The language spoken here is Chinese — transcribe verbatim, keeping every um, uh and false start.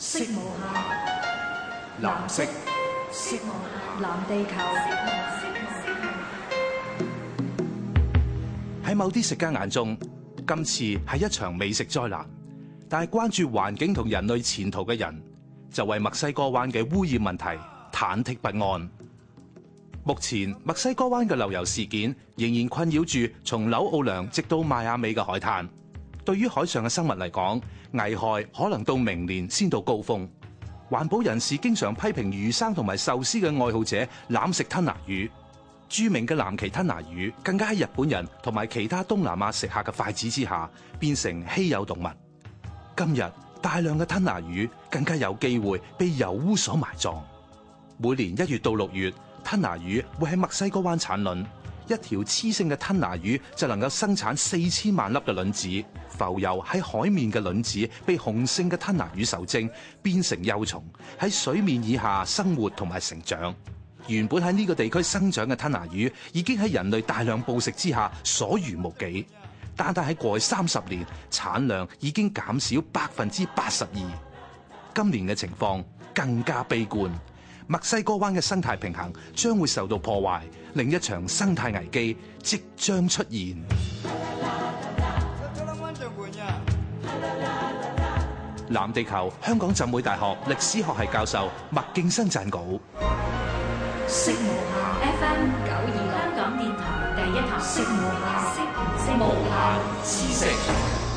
色無限， 藍色， 色無限，藍地球。 喺某啲食家眼中，今次係一場美食災難，但係關注環境同人類前途嘅人，就為墨西哥灣嘅污染問題忐忑不安。目前墨西哥灣嘅漏油事件仍然困擾住從紐奧良直到邁阿密嘅海灘。對於海上嘅生物嚟講，危害可能到明年先到高峰。環保人士經常批評魚生同埋壽司嘅愛好者濫食吞拿魚。著名嘅藍鰭吞拿魚更加喺日本人同埋其他東南亞食客嘅筷子之下變成稀有動物。今日大量嘅吞拿魚更加有機會被油污所埋葬。每年一月到六月，吞拿魚會喺墨西哥灣產卵，一條雌性嘅吞拿魚就能夠生產四千萬粒嘅卵子。浮游喺海面嘅卵子被雄性嘅吞拿魚受精，變成幼蟲，喺水面以下生活同埋成長。原本喺呢個地區生長嘅吞拿魚已經喺人類大量捕食之下所餘無幾，單單喺過去三十年產量已經減少百分之八十二。今年嘅情況更加悲觀，墨西哥灣嘅生態平衡將會受到破壞，另一場生態危機即將出現。藍地球，香港浸會大學歷史學系教授麥勁生撰稿。 色無限 F M 九二六，香港電台第一台。色無限，色無限知識。